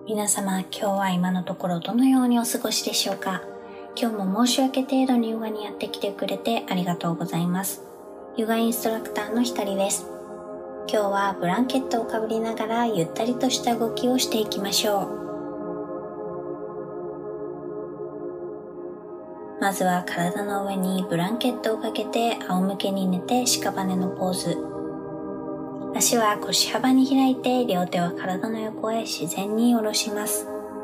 皆様、今日は今のところどのようにお過ごしでしょうか。今日も申し訳程度にヨガにやってきてくれてありがとうございます。ヨガインストラクターのひかりです。今日はブランケットをかぶりながらゆったりとした動きをしていきましょう。まずは体の上にブランケットをかけて仰向けに寝て屍のポーズ。足は腰幅に開いて両手は体の横へ自然に下ろします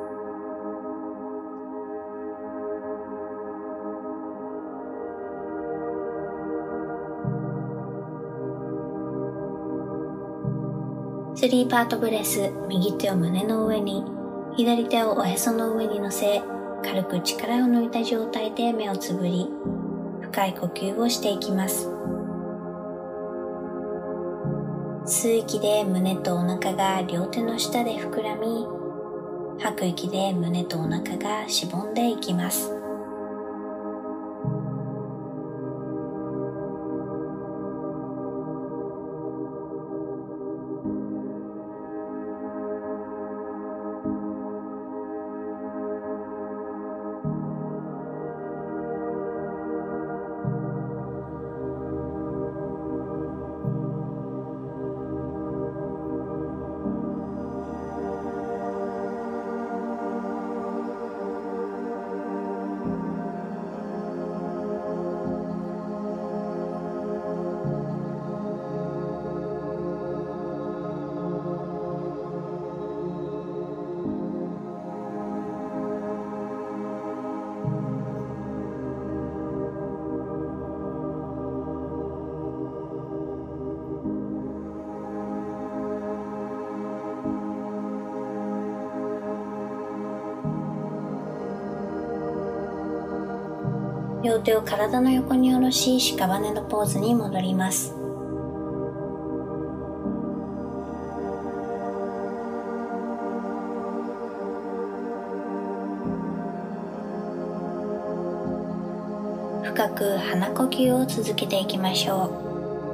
。3パートブレス。右手を胸の上に、左手をおへその上に乗せ、軽く力を抜いた状態で目をつぶり、深い呼吸をしていきます。吸う息で胸とお腹が両手の下で膨らみ、吐く息で胸とお腹がしぼんでいきます。両手を体の横に下ろし、屍のポーズに戻ります。深く鼻呼吸を続けていきましょう。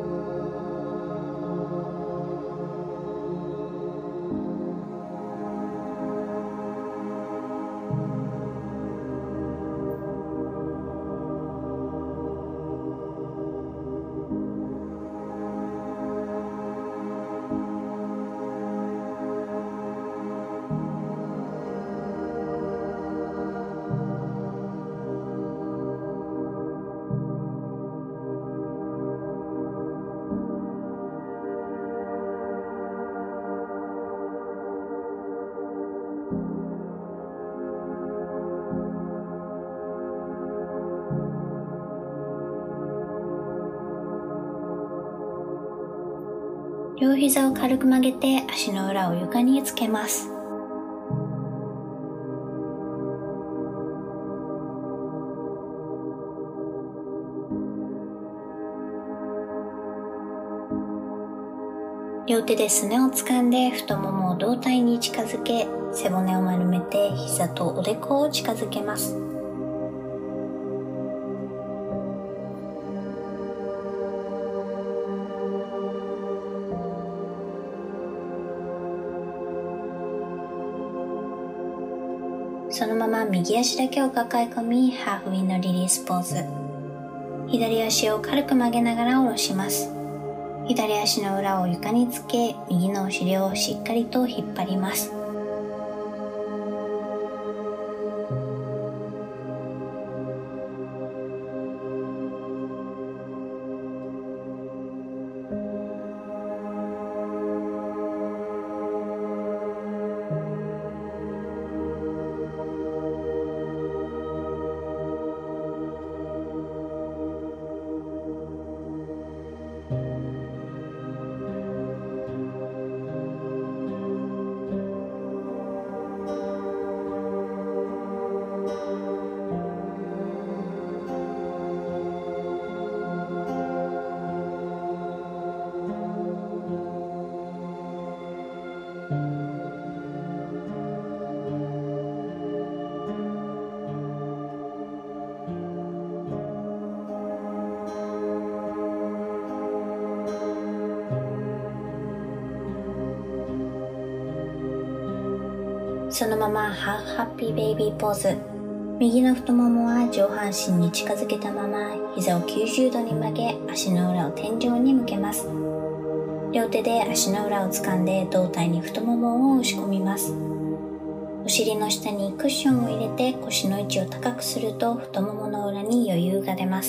両膝を軽く曲げて足の裏を床につけます。両手ですねを掴んで太ももを胴体に近づけ、背骨を丸めて膝とおでこを近づけます。そのまま右足だけを抱え込み、ハーフウィンドリリースポーズ。左足を軽く曲げながら下ろします。左足の裏を床につけ、右のお尻をしっかりと引っ張ります。 そのままハーフハッピーベイビーポーズ。右の太ももは上半身に近づけたまま膝を90度に曲げ、足の裏を天井に向けます。両手で足の裏を掴んで胴体に太ももを押し込みます。お尻の下にクッションを入れて腰の位置を高くすると太ももの裏に余裕が出ます。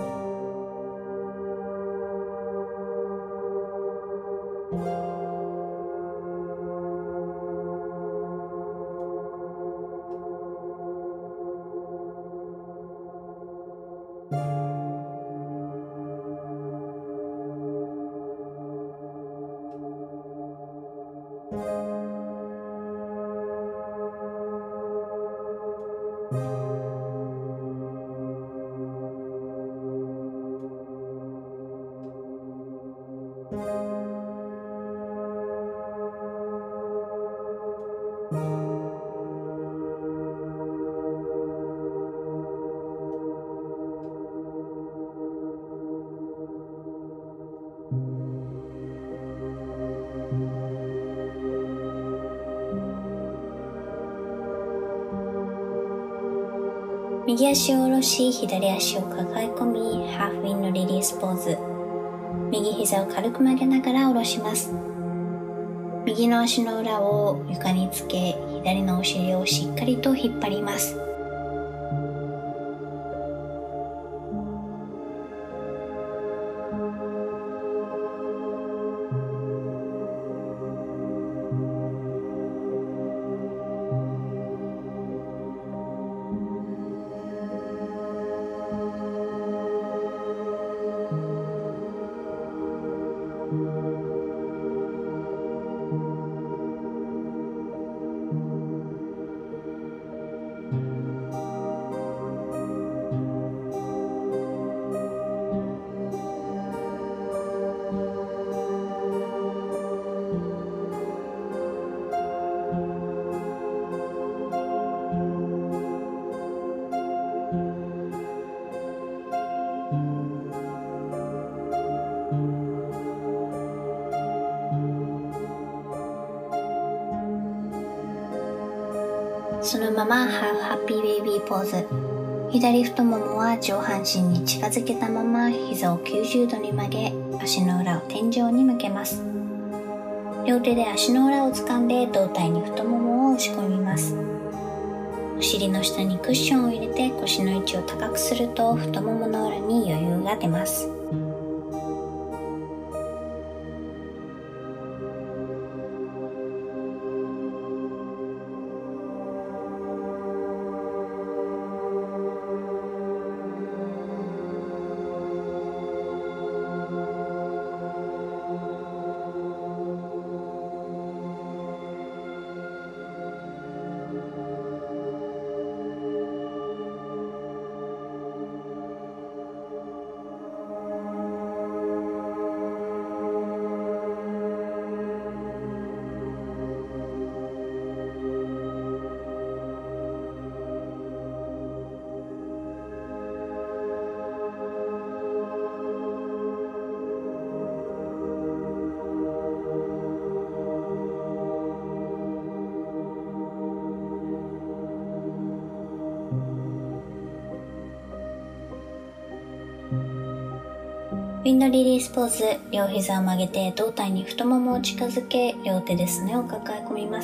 右足を下ろし、左足を抱え込み、ハーフウィンドリリースポーズ。右膝を軽く曲げながら下ろします。右の足の裏を床につけ、左のお尻をしっかりと引っ張ります。そのままハーフハッピーベイビーポーズ。左太ももは上半身に近づけたまま膝を90度に曲げ、足の裏を天井に向けます。両手で足の裏を掴んで胴体に太ももを押し込みます。お尻の下にクッションを入れて腰の位置を高くすると太ももの裏に余裕が出ます。ウィンドリリースポーズ。両膝を曲げて胴体に太ももを近づけ、両手ですねを抱え込みます。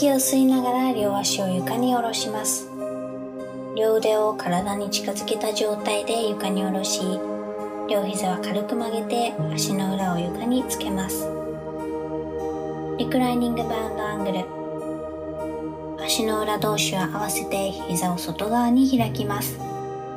息を吸いながら両足を床に下ろします。両腕を体に近づけた状態で床に下ろし、両膝は軽く曲げて足の裏を床につけます。リクライニングバウンドアングル。足の裏同士を合わせて膝を外側に開きます。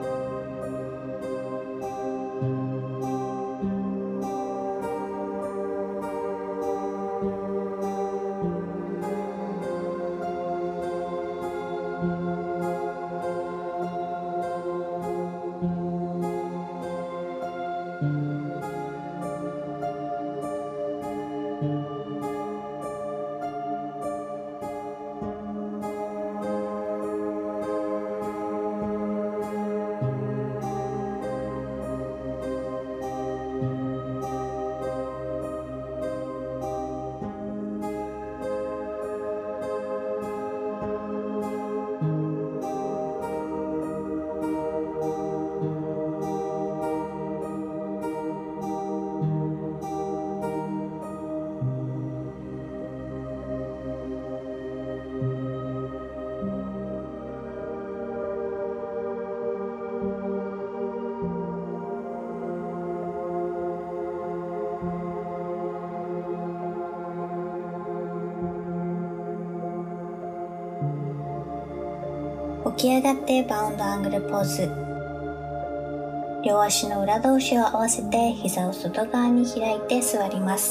起き上がってバウンドアングルポーズ。両足の裏同士を合わせて膝を外側に開いて座ります。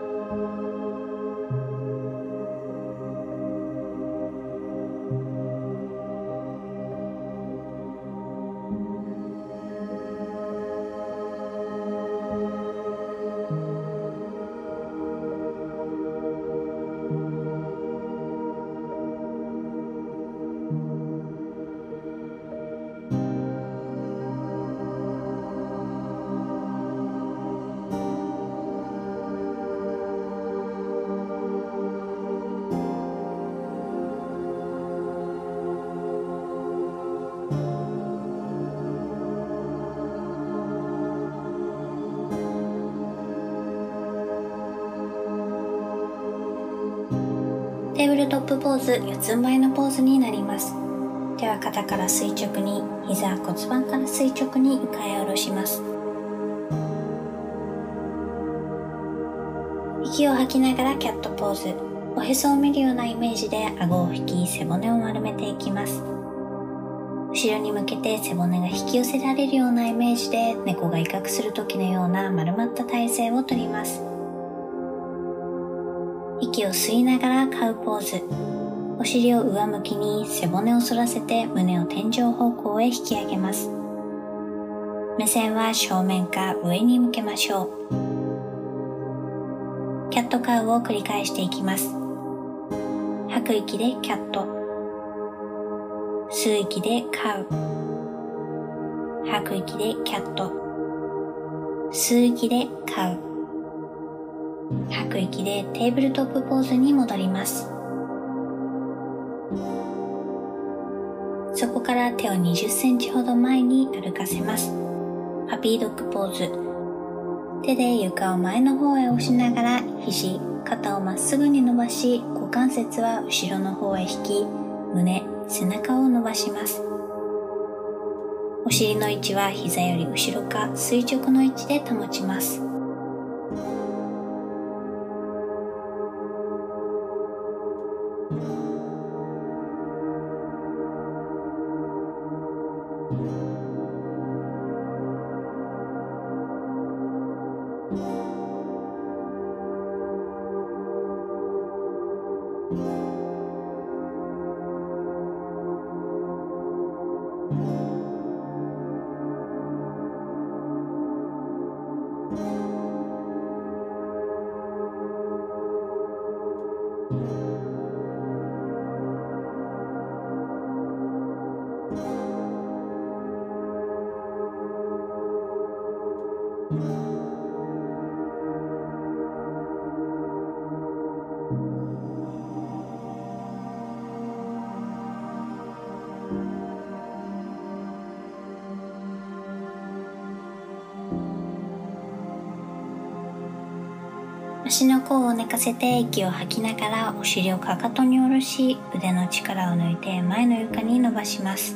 テーブルトップポーズ、四つん這いのポーズになります。手は肩から垂直に、膝は骨盤から垂直に床へ下ろします。息を吐きながらキャットポーズ。おへそを見るようなイメージで顎を引き、背骨を丸めていきます。後ろに向けて背骨が引き寄せられるようなイメージで、猫が威嚇する時のような丸まった体勢をとります。息を吸いながらカウポーズ。お尻を上向きに背骨を反らせて胸を天井方向へ引き上げます。目線は正面か上に向けましょう。キャットカウを繰り返していきます。吐く息でキャット。吸う息でカウ。吐く息でキャット。吸う息でカウ。吐く息でテーブルトップポーズに戻ります。そこから手を20センチほど前に歩かせます。パピードッグポーズ。手で床を前の方へ押しながら肘、肩をまっすぐに伸ばし、股関節は後ろの方へ引き、胸、背中を伸ばします。お尻の位置は膝より後ろか垂直の位置で保ちます。 足の甲を寝かせて息を吐きながらお尻をかかとに下ろし、腕の力を抜いて前の床に伸ばします。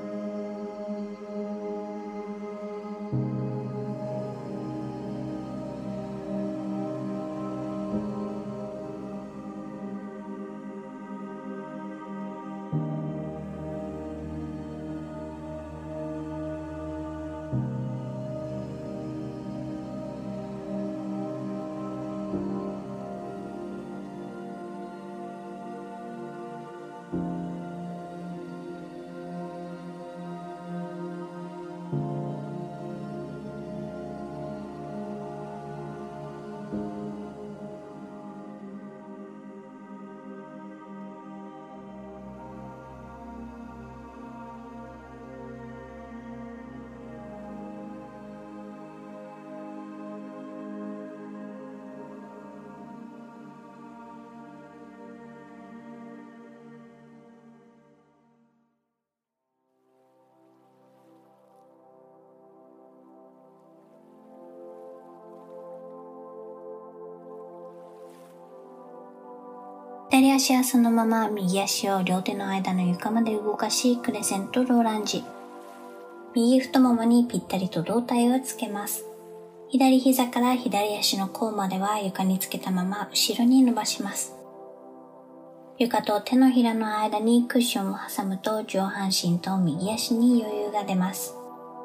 左足はそのまま右足を両手の間の床まで動かし、クレセントローランジ。右太ももにぴったりと胴体をつけます。左膝から左足の甲までは床につけたまま後ろに伸ばします。床と手のひらの間にクッションを挟むと上半身と右足に余裕が出ます。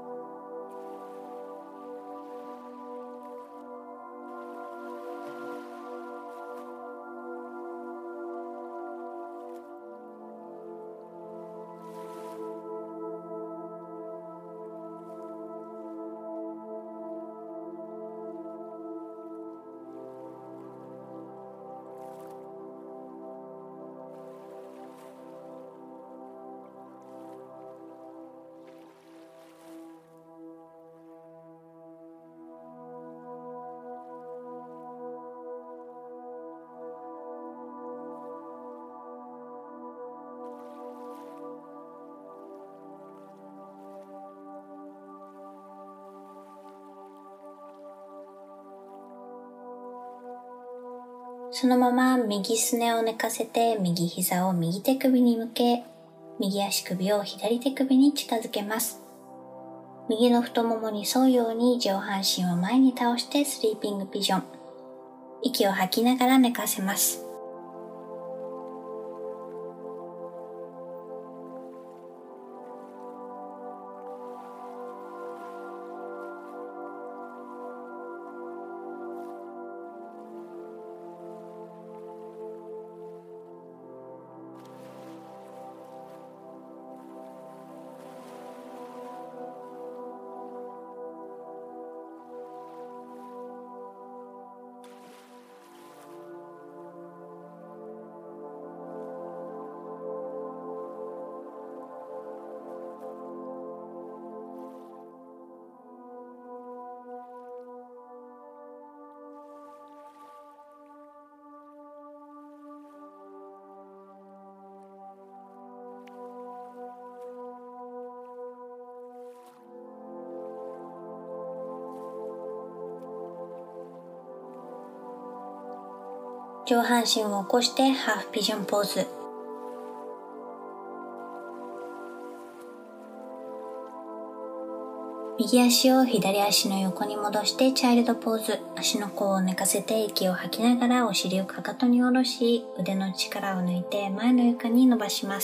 そのまま右すねを寝かせて右膝を右手首に向け、右足首を左手首に近づけます。右の太ももに沿うように上半身を前に倒してスリーピングピジョン。息を吐きながら寝かせます。上半身を起こしてハーフピジョンポーズ。右足を左足の横に戻してチャイルドポーズ。足の甲を寝かせて息を吐きながらお尻をかかとに下ろし、腕の力を抜いて前の床に伸ばします。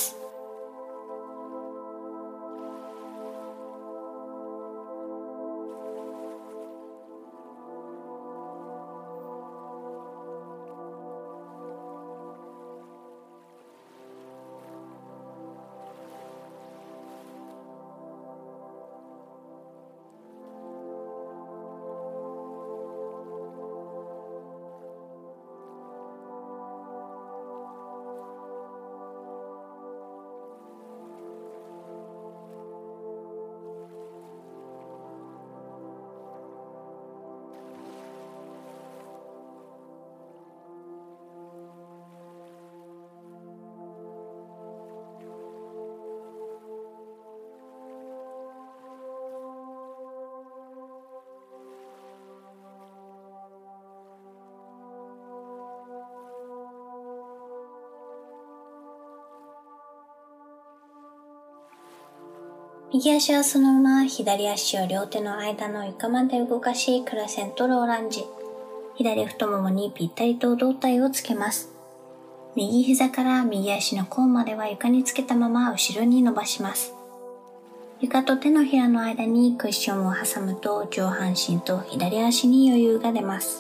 右足はそのまま左足を両手の間の床まで動かし、クラセントローランジ。左太ももにぴったりと胴体をつけます。右膝から右足の甲までは床につけたまま後ろに伸ばします。床と手のひらの間にクッションを挟むと上半身と左足に余裕が出ます。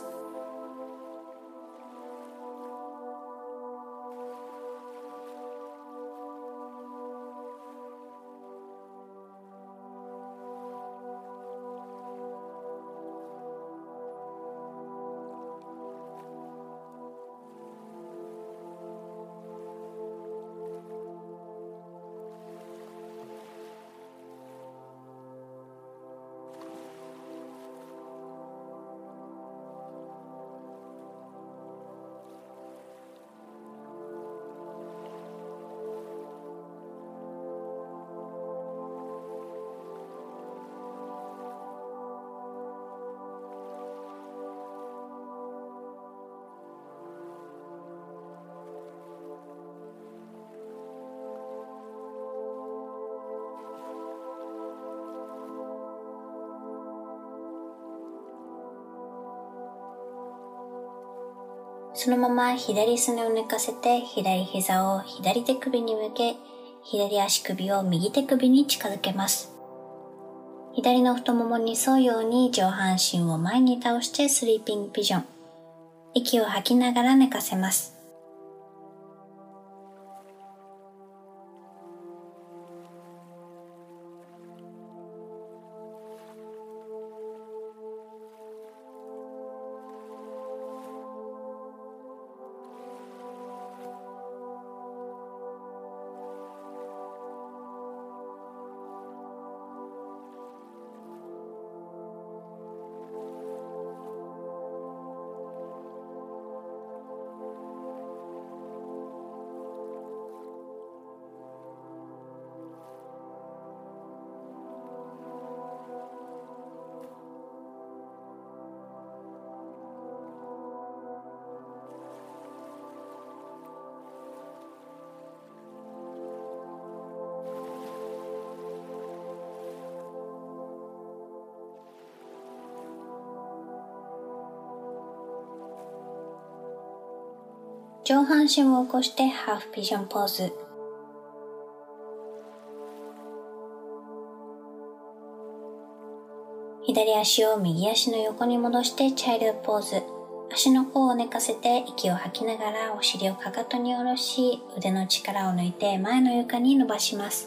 そのまま左すねを寝かせて左膝を左手首に向け、左足首を右手首に近づけます。左の太ももに沿うように上半身を前に倒してスリーピングピジョン。息を吐きながら寝かせます。上半身を起こしてハーフピジョンポーズ。左足を右足の横に戻してチャイルドポーズ。足の甲を寝かせて息を吐きながらお尻をかかとに下ろし、腕の力を抜いて前の床に伸ばします。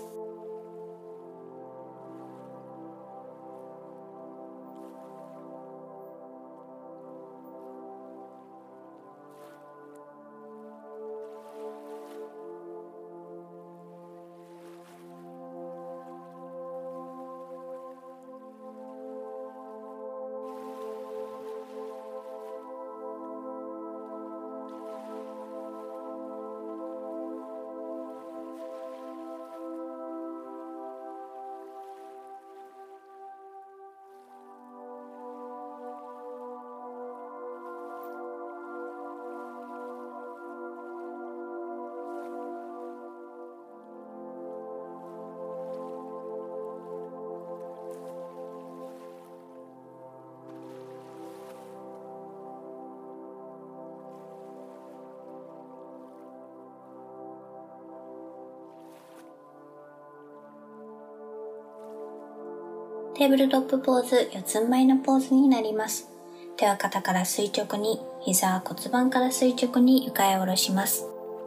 テーブルトップポーズ、四つん這いのポーズになります。手は肩から垂直に、膝は骨盤から垂直に床へ下ろします。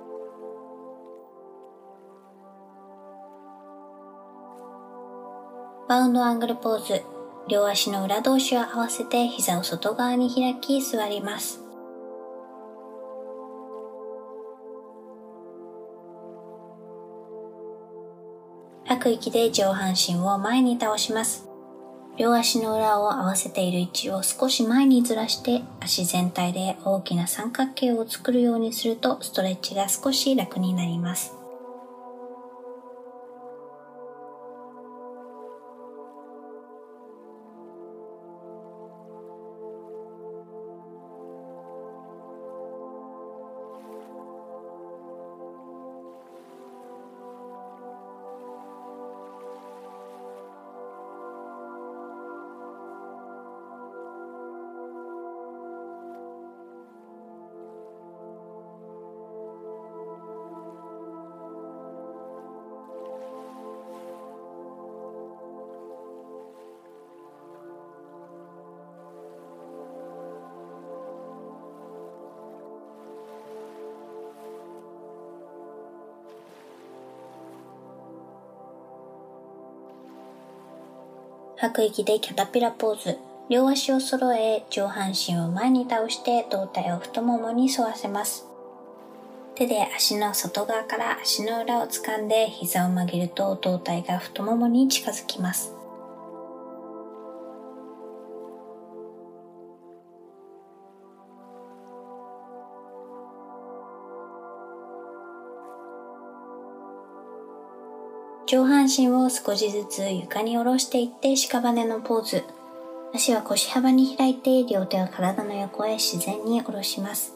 バウンドアングルポーズ、両足の裏同士を合わせて膝を外側に開き座ります。吐く息で上半身を前に倒します。両足の裏を合わせている位置を少し前にずらして足全体で大きな三角形を作るようにするとストレッチが少し楽になります。 吐く息でキャタピラポーズ。両足を揃え、上半身を前に倒して胴体を太ももに沿わせます。手で足の外側から足の裏を掴んで膝を曲げると胴体が太ももに近づきます。上半身を少しずつ床に下ろしていって屍のポーズ。足は腰幅に開いて両手を体の横へ自然に下ろします。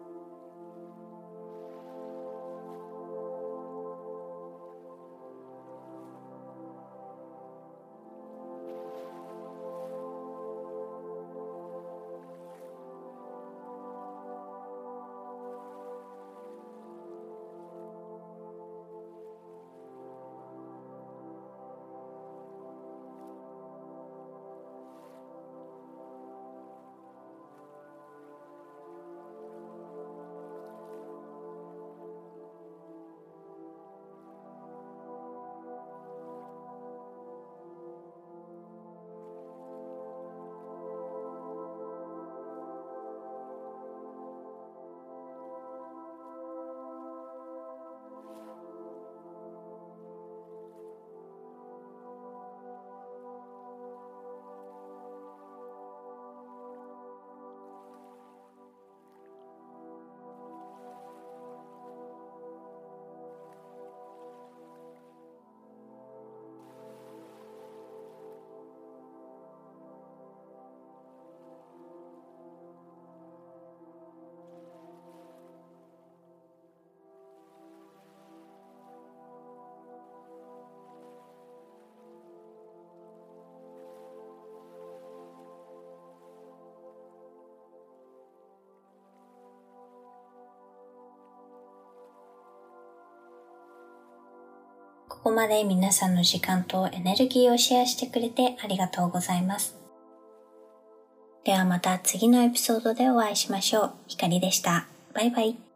ここまで皆さんの時間とエネルギーをシェアしてくれてありがとうございます。ではまた次のエピソードでお会いしましょう。ひかりでした。バイバイ。